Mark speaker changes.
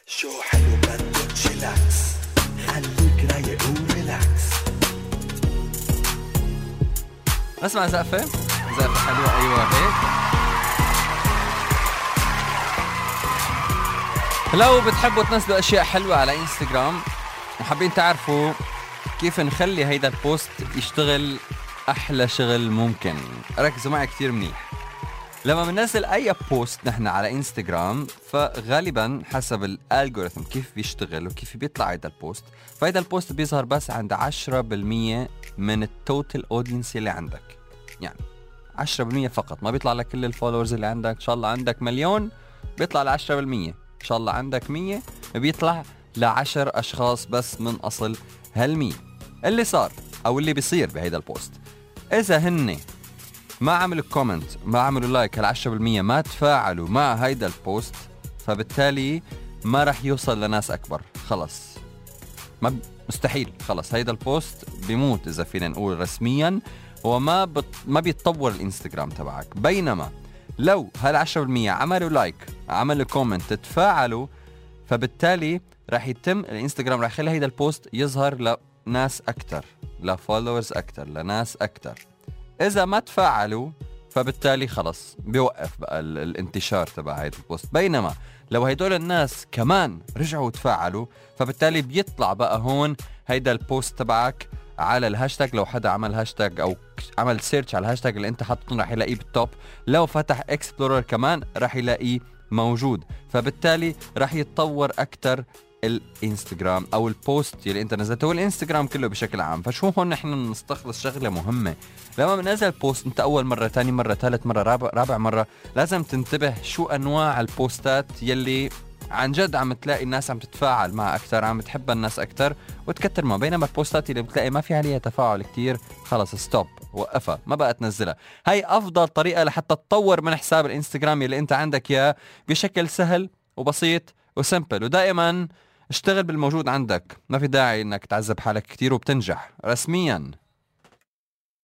Speaker 1: شو حلو بده تشيلاكس، خليك رايق وريلاكس.
Speaker 2: اسمع زقفة حلوة. أيوة هيك. لو بتحبوا تنزلوا أشياء حلوة على إنستغرام وحابين تعرفوا كيف نخلي هيدا البوست يشتغل أحلى شغل ممكن، ركزوا معي كتير منيح. لما بننزل أي بوست نحن على إنستغرام فغالبا حسب الالغوريثم كيف بيشتغل وكيف بيطلع هيدا البوست، فهيدا البوست بيظهر بس عند 10% من التوتال اودينس اللي عندك. يعني 10% فقط، ما بيطلع لك كل الفولورز اللي عندك. إن شاء الله عندك 1,000,000 بيطلع ل 10%. إن شاء الله عندك 100 بيطلع ل10 أشخاص بس من أصل هال100. اللي صار أو اللي بيصير بهيدا البوست، إذا هن ما عملوا كومنت، ما عملوا لايك، هال10% ما تفاعلوا مع هيدا البوست، فبالتالي ما رح يوصل لناس أكبر. خلص مستحيل، خلص هيدا البوست بيموت إذا فينا نقول رسميا. هو ما بيتطور الانستغرام تبعك. بينما لو هال10% عملوا لايك، عملوا كومنت، تفاعلوا، فبالتالي رح يتم الانستغرام رح يخلي هيدا البوست يظهر لناس أكتر، لفولورز أكتر، لناس أكتر. إذا ما تفاعلوا فبالتالي خلص بيوقف بقى الانتشار تبع هيدا البوست. بينما لو هيدول الناس كمان رجعوا تفاعلوا فبالتالي بيطلع بقى هون هيدا البوست تبعك على الهاشتاج. لو حدا عمل هاشتاج أو عمل سيرش على الهاشتاج اللي انت حاطه رح يلاقيه بالتوب. لو فتح اكسبلورر كمان رح يلاقيه موجود. فبالتالي رح يتطور أكتر الانستغرام او البوست اللي انت نزلته والانستغرام كله بشكل عام. فشو هون نحن نستخلص شغله مهمه. لما بنزل بوست انت اول مره، ثاني مره، ثالث مره، رابع مره، لازم تنتبه شو انواع البوستات يلي عن جد عم تلاقي الناس عم تتفاعل معها اكثر، عم تحبها الناس اكثر وتكتر ما. بينما البوستات اللي بتلاقي ما في عليها تفاعل كتير، خلص ستوب، وقفها، ما بقى تنزلها. هاي افضل طريقه لحتى تطور من حساب الانستغرام اللي انت عندك اياه بشكل سهل وبسيط وسمبل. ودائما اشتغل بالموجود عندك، ما في داعي انك تعذب حالك كتير وبتنجح رسميا.